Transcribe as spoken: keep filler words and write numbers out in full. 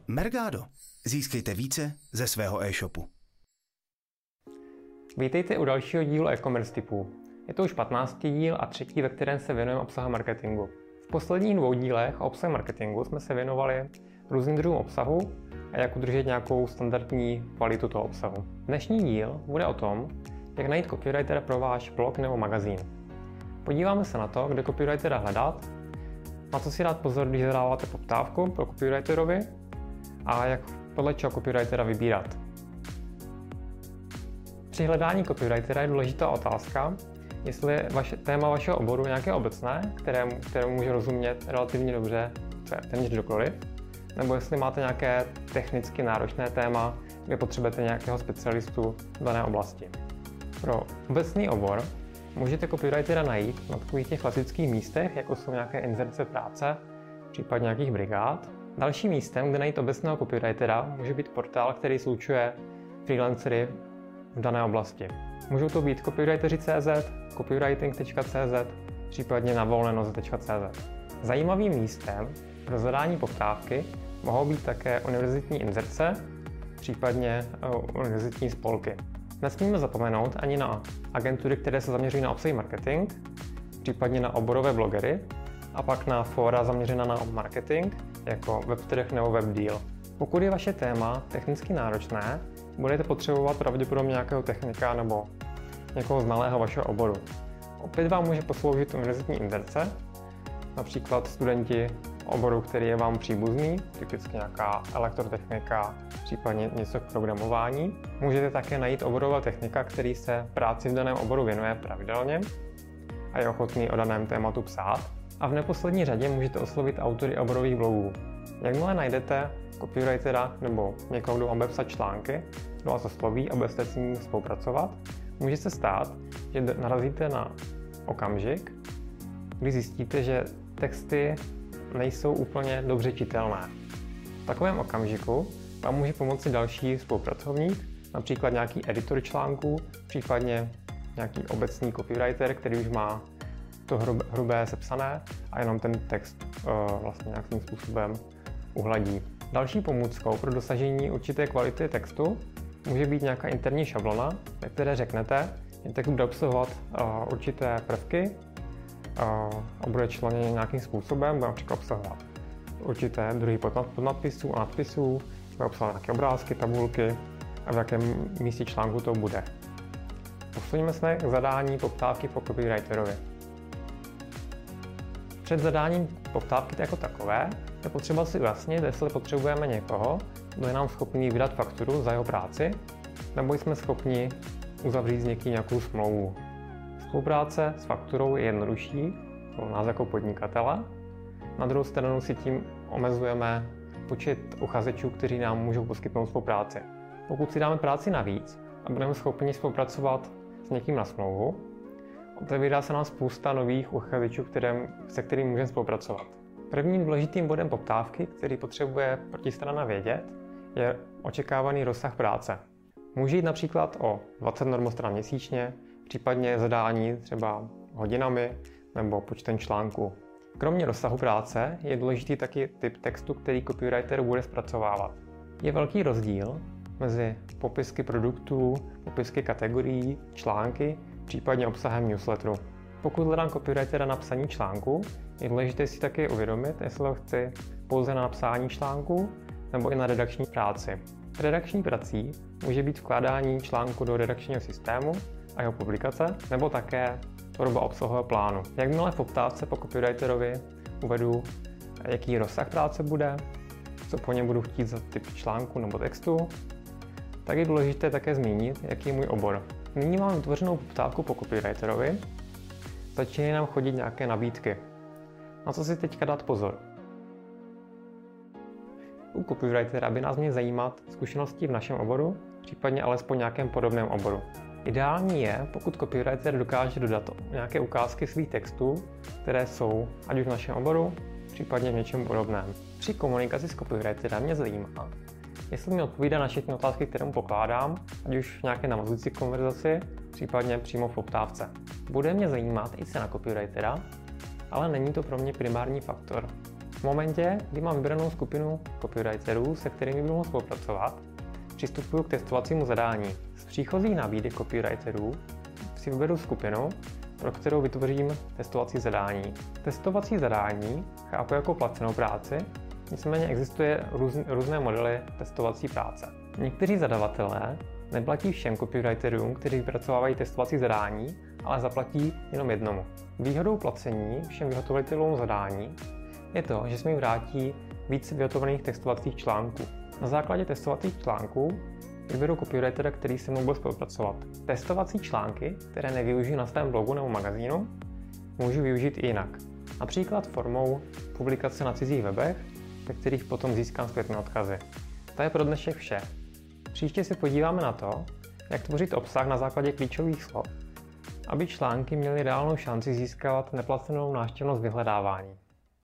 Mergado. Získejte více ze svého e-shopu. Vítejte u dalšího dílu e-commerce tipů. Je to už patnáctý díl a třetí, ve kterém se věnujeme obsahu marketingu. V posledních dvou dílech o obsahu marketingu jsme se věnovali různým druhům obsahu a jak udržet nějakou standardní kvalitu toho obsahu. Dnešní díl bude o tom, jak najít copywritera pro váš blog nebo magazín. Podíváme se na to, kde copywritera hledat, na co si dát pozor, když zadáváte poptávku pro copywriterovi a jak podle čeho copywritera vybírat. Při hledání copywritera je důležitá otázka, jestli je vaše, téma vašeho oboru nějaké obecné, kterému, kterému může rozumět relativně dobře téměř kdokoliv, nebo jestli máte nějaké technicky náročné téma, kde potřebujete nějakého specialistu v dané oblasti. Pro obecný obor můžete copywritera najít na takových těch klasických místech, jako jsou nějaké inzerce práce, případně nějakých brigád. Dalším místem, kde najít obecného copywritera, může být portál, který slučuje freelancery v dané oblasti. Můžou to být copywriteri tečka cé zet, copywriting tečka cé zet, případně navolneno tečka cé zet. Zajímavým místem pro zadání poptávky mohou být také univerzitní inzerce, případně univerzitní spolky. Nesmíme zapomenout ani na agentury, které se zaměřují na obsahový marketing, případně na oborové blogery a pak na fóra zaměřená na marketing, jako WebTrh nebo WebDeal. Pokud je vaše téma technicky náročné, budete potřebovat pravděpodobně nějakého technika nebo někoho znalého vašeho oboru. Opět vám může posloužit univerzitní inzerce, například studenti oboru, který je vám příbuzný, typicky nějaká elektrotechnika, případně něco k programování. Můžete také najít oborového technika, který se práci v daném oboru věnuje pravidelně a je ochotný o daném tématu psát. A v neposlední řadě můžete oslovit autory oborových blogů. Jakmile najdete copywritera nebo někoho, kdo vám bude psat články, kdo vás osloví a budete s ním spolupracovat, může se stát, že narazíte na okamžik, kdy zjistíte, že texty nejsou úplně dobře čitelné. V takovém okamžiku vám může pomoci další spolupracovník, například nějaký editor článků, případně nějaký obecný copywriter, který už má to hrubé sepsané a jenom ten text uh, vlastně nějakým způsobem uhladí. Další pomůckou pro dosažení určité kvality textu může být nějaká interní šablona, ve které řeknete, že text bude obsahovat uh, určité prvky uh, a bude členěn nějakým způsobem, bude například obsahovat určité druhy podnadpisů a nadpisů, bude obsahovat nějaké obrázky, tabulky a v jakém místě článku to bude. Posuneme se k zadání poptávky po copywriterovi. Před zadáním poptávky jako takové je potřeba si ujasnit, jestli potřebujeme někoho, kdo je nám schopný vydat fakturu za jeho práci, nebo jsme schopni uzavřít s někým nějakou smlouvu. Spolupráce s fakturou je jednodušší pro nás jako podnikatele. Na druhou stranu si tím omezujeme počet uchazečů, kteří nám můžou poskytnout spolupráci. Pokud si dáme práci navíc a budeme schopni spolupracovat s někým na smlouvu, otevírá se nám spousta nových uchazečů, kterým, se kterými můžeme spolupracovat. Prvním důležitým bodem poptávky, který potřebuje protistrana vědět, je očekávaný rozsah práce. Může jít například o dvacet normostran měsíčně, případně zadání třeba hodinami nebo počtem článků. Kromě rozsahu práce je důležitý taky typ textu, který copywriter bude zpracovávat. Je velký rozdíl mezi popisky produktů, popisky kategorií, články, případně obsahem newsletteru. Pokud hledám copywritera na psaní článku, je důležité si taky uvědomit, jestli ho chci pouze na napsání článku nebo i na redakční práci. Redakční prací může být vkládání článku do redakčního systému a jeho publikace, nebo také tvorba obsahového plánu. Jakmile v poptávce po copywriterovi uvedu, jaký rozsah práce bude, co po něm budu chtít za typ článku nebo textu, tak je důležité také zmínit, jaký je můj obor. Nyní mám vytvořenou poptávku po copywriterovi, začínají nám chodit nějaké nabídky. Na co si teďka dát pozor? U copywritera by nás měly zajímat zkušenosti v našem oboru, případně alespoň nějakém podobném oboru. Ideální je, pokud copywriter dokáže dodat nějaké ukázky svých textů, které jsou ať už v našem oboru, případně v něčem podobném. Při komunikaci s copywriterem mě zajímá, jestli mi odpovídá na všechny otázky, které mu pokládám, ať už v nějaké navazující konverzaci, případně přímo v poptávce. Bude mě zajímat i cena copywritera, ale není to pro mě primární faktor. V momentě, kdy mám vybranou skupinu copywriterů, se kterými budu moct spolupracovat, přistupuji k testovacímu zadání. Z příchozích nabídek copywriterů si vyberu skupinu, pro kterou vytvořím testovací zadání. Testovací zadání chápu jako placenou práci, nicméně existuje růz, různé modely testovací práce. Někteří zadavatelé neplatí všem copywriterům, kteří vypracovávají testovací zadání, ale zaplatí jenom jednomu. Výhodou placení všem vyhotovitelům zadání je to, že se mi vrátí víc vyhotovených testovacích článků. Na základě testovacích článků vyberu copywritera, který se mnou bude spolupracovat. Testovací články, které nevyužiju na svém blogu nebo magazínu, můžu využít i jinak. Například formou publikace na cizích webech, ve kterých potom získám zpětné odkazy. To je pro dnešek vše. Příště se podíváme na to, jak tvořit obsah na základě klíčových slov, aby články měly reálnou šanci získávat neplacenou návštěvnost vyhledávání.